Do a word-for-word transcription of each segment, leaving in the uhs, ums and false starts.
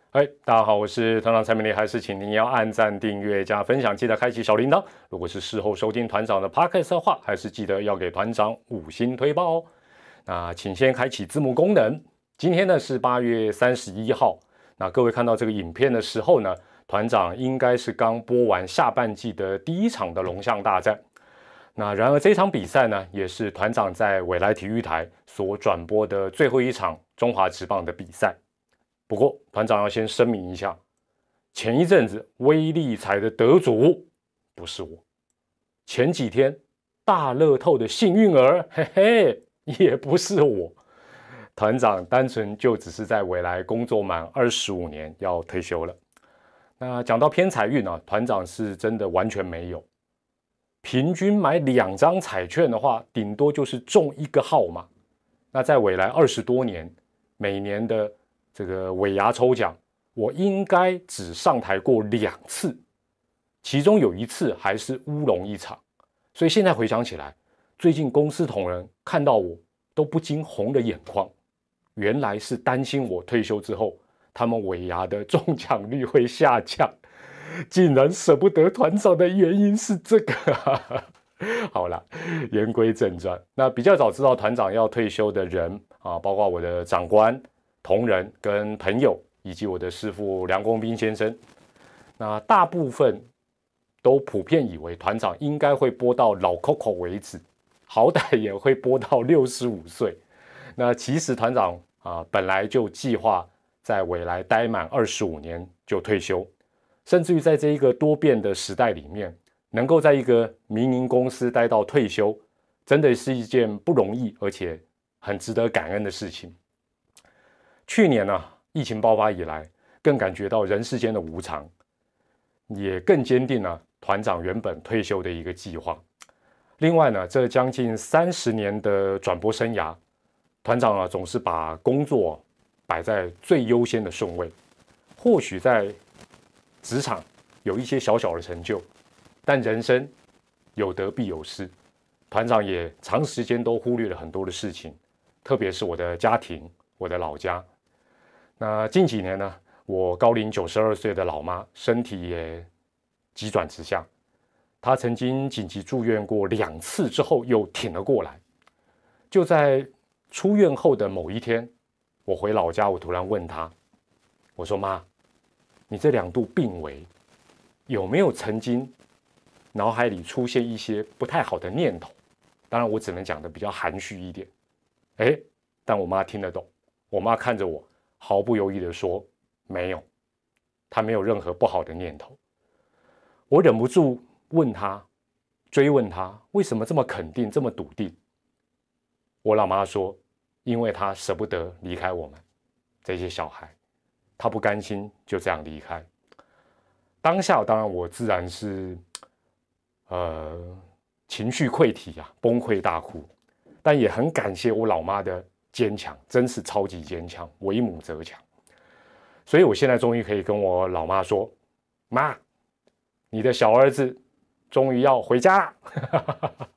嗨，大家好，我是团长蔡明利，还是请您要按赞、订阅加分享，记得开启小铃铛。如果是事后收听团长的 Podcast 的话，还是记得要给团长五星推报哦。那请先开启字幕功能。今天呢是八月三十一号，那各位看到这个影片的时候呢，团长应该是刚播完下半季的第一场的龙象大战。那然而这场比赛呢，也是团长在未来体育台所转播的最后一场中华职棒的比赛。不过，团长要先声明一下，前一阵子威力彩的得主不是我，前几天大乐透的幸运儿，嘿嘿，也不是我。团长单纯就只是在未来工作满二十五年，要退休了。那讲到偏财运啊，团长是真的完全没有。平均买两张彩券的话，顶多就是中一个号码。那在未来二十多年，每年的这个尾牙抽奖，我应该只上台过两次，其中有一次还是乌龙一场。所以现在回想起来，最近公司同仁看到我都不禁红了眼眶，原来是担心我退休之后，他们尾牙的中奖率会下降，竟然舍不得团长的原因是这个啊。好啦，言归正传，那比较早知道团长要退休的人啊，包括我的长官、同仁跟朋友，以及我的师父梁公斌先生，那大部分都普遍以为团长应该会播到老 Coco 为止，好歹也会播到六十五岁。那其实团长啊，本来就计划在未来待满二十五年就退休，甚至于在这一个多变的时代里面，能够在一个民营公司待到退休，真的是一件不容易而且很值得感恩的事情。去年呢、啊，疫情爆发以来，更感觉到人世间的无常，也更坚定了团长原本退休的一个计划。另外呢，这将近三十年的转播生涯，团长啊总是把工作摆在最优先的顺位。或许在职场有一些小小的成就，但人生有得必有失，团长也长时间都忽略了很多的事情，特别是我的家庭，我的老家。那近几年呢，我高龄九十二岁的老妈身体也急转直下，她曾经紧急住院过两次之后又挺了过来。就在出院后的某一天，我回老家，我突然问她，我说妈，你这两度病危，有没有曾经脑海里出现一些不太好的念头？当然我只能讲的比较含蓄一点。哎，但我妈听得懂，我妈看着我毫不犹豫地说，没有，她没有任何不好的念头。我忍不住问她，追问她为什么这么肯定，这么笃定。我老妈说，因为她舍不得离开我们这些小孩，她不甘心就这样离开。当下当然我自然是呃情绪溃堤啊，崩溃大哭，但也很感谢我老妈的坚强，真是超级坚强，为母则强。所以我现在终于可以跟我老妈说，妈，你的小儿子终于要回家了。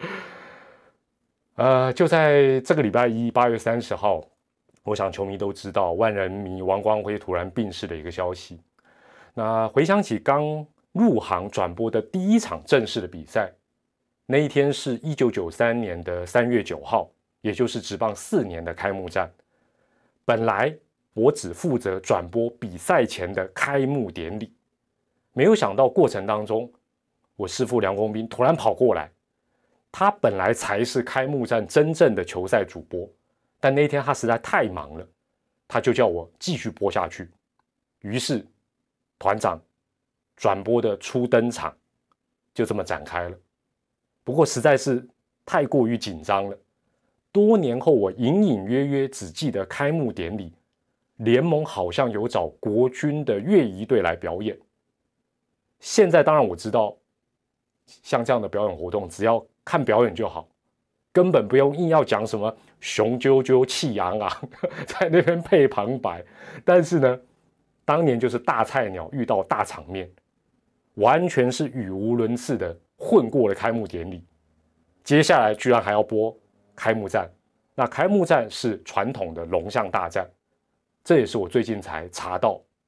呃，就在这个礼拜一，八月三十号，我想球迷都知道，万人迷王光辉突然病逝的一个消息。那回想起刚入行转播的第一场正式的比赛，那一天是一九九三年的三月九号，也就是职棒四年的开幕战。本来我只负责转播比赛前的开幕典礼，没有想到过程当中，我师父梁公斌突然跑过来，他本来才是开幕战真正的球赛主播，但那天他实在太忙了，他就叫我继续播下去。于是团长转播的初登场就这么展开了。不过实在是太过于紧张了，多年后我隐隐约约只记得开幕典礼，联盟好像有找国军的乐仪队来表演。现在当然我知道，像这样的表演活动只要看表演就好，根本不用硬要讲什么雄赳赳气昂昂在那边配旁白。但是呢，当年就是大菜鸟遇到大场面，完全是语无伦次的混过了开幕典礼。接下来居然还要播开幕战，那开幕战是传统的龙象大战，这也是我最近才查到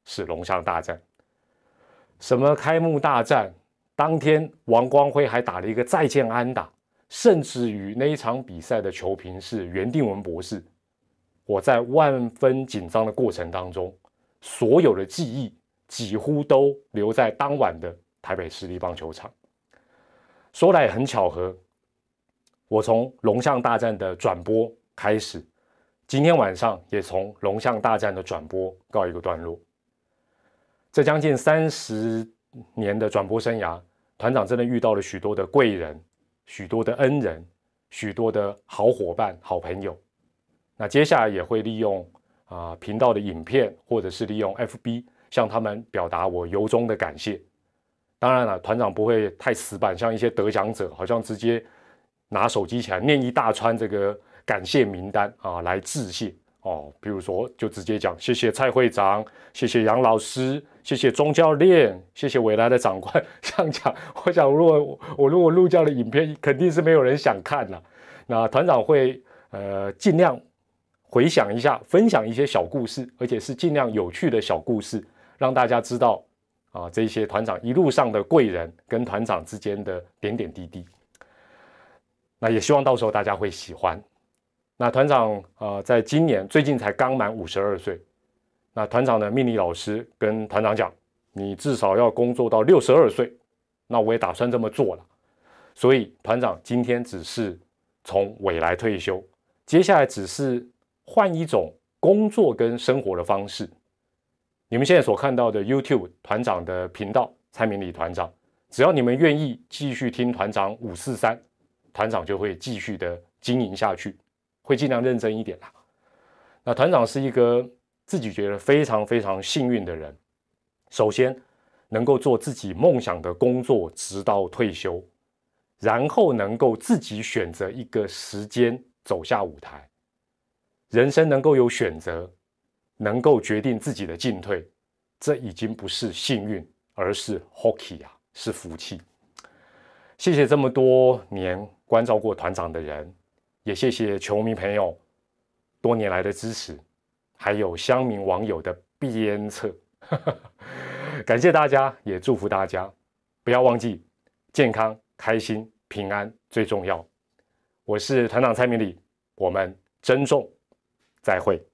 是龙象大战。什么开幕大战？当天王光辉还打了一个再见安打，甚至于那一场比赛的球评是袁定文博士。我在万分紧张的过程当中，所有的记忆几乎都留在当晚的台北市立棒球场。说来也很巧合，我从龙象大战的转播开始，今天晚上也从龙象大战的转播告一个段落。这将近三十年的转播生涯，团长真的遇到了许多的贵人，许多的恩人，许多的好伙伴、好朋友。那接下来也会利用啊频道的影片，或者是利用 F B 向他们表达我由衷的感谢。当然了，团长不会太死板，像一些得奖者，好像直接拿手机起来念一大串这个感谢名单啊来致谢哦。比如说，就直接讲谢谢蔡会长，谢谢杨老师，谢谢钟教练，谢谢未来的长官。这样讲，我想如果我如果录这样的影片，肯定是没有人想看了。那团长会呃尽量回想一下，分享一些小故事，而且是尽量有趣的小故事，让大家知道啊这些团长一路上的贵人跟团长之间的点点滴滴。那也希望到时候大家会喜欢。那团长呃在今年最近才刚满五十二岁，那团长的命理老师跟团长讲，你至少要工作到六十二岁，那我也打算这么做了。所以团长今天只是从未来退休，接下来只是换一种工作跟生活的方式。你们现在所看到的 YouTube 团长的频道蔡明理团长，只要你们愿意继续听团长五四三，团长就会继续的经营下去，会尽量认真一点啦。那团长是一个自己觉得非常非常幸运的人，首先能够做自己梦想的工作直到退休，然后能够自己选择一个时间走下舞台。人生能够有选择，能够决定自己的进退，这已经不是幸运，而是 hockey 啊，是福气。谢谢这么多年关照过团长的人，也谢谢球迷朋友多年来的支持，还有乡民网友的鞭策。感谢大家，也祝福大家，不要忘记健康、开心、平安最重要。我是团长蔡明理，我们珍重，再会。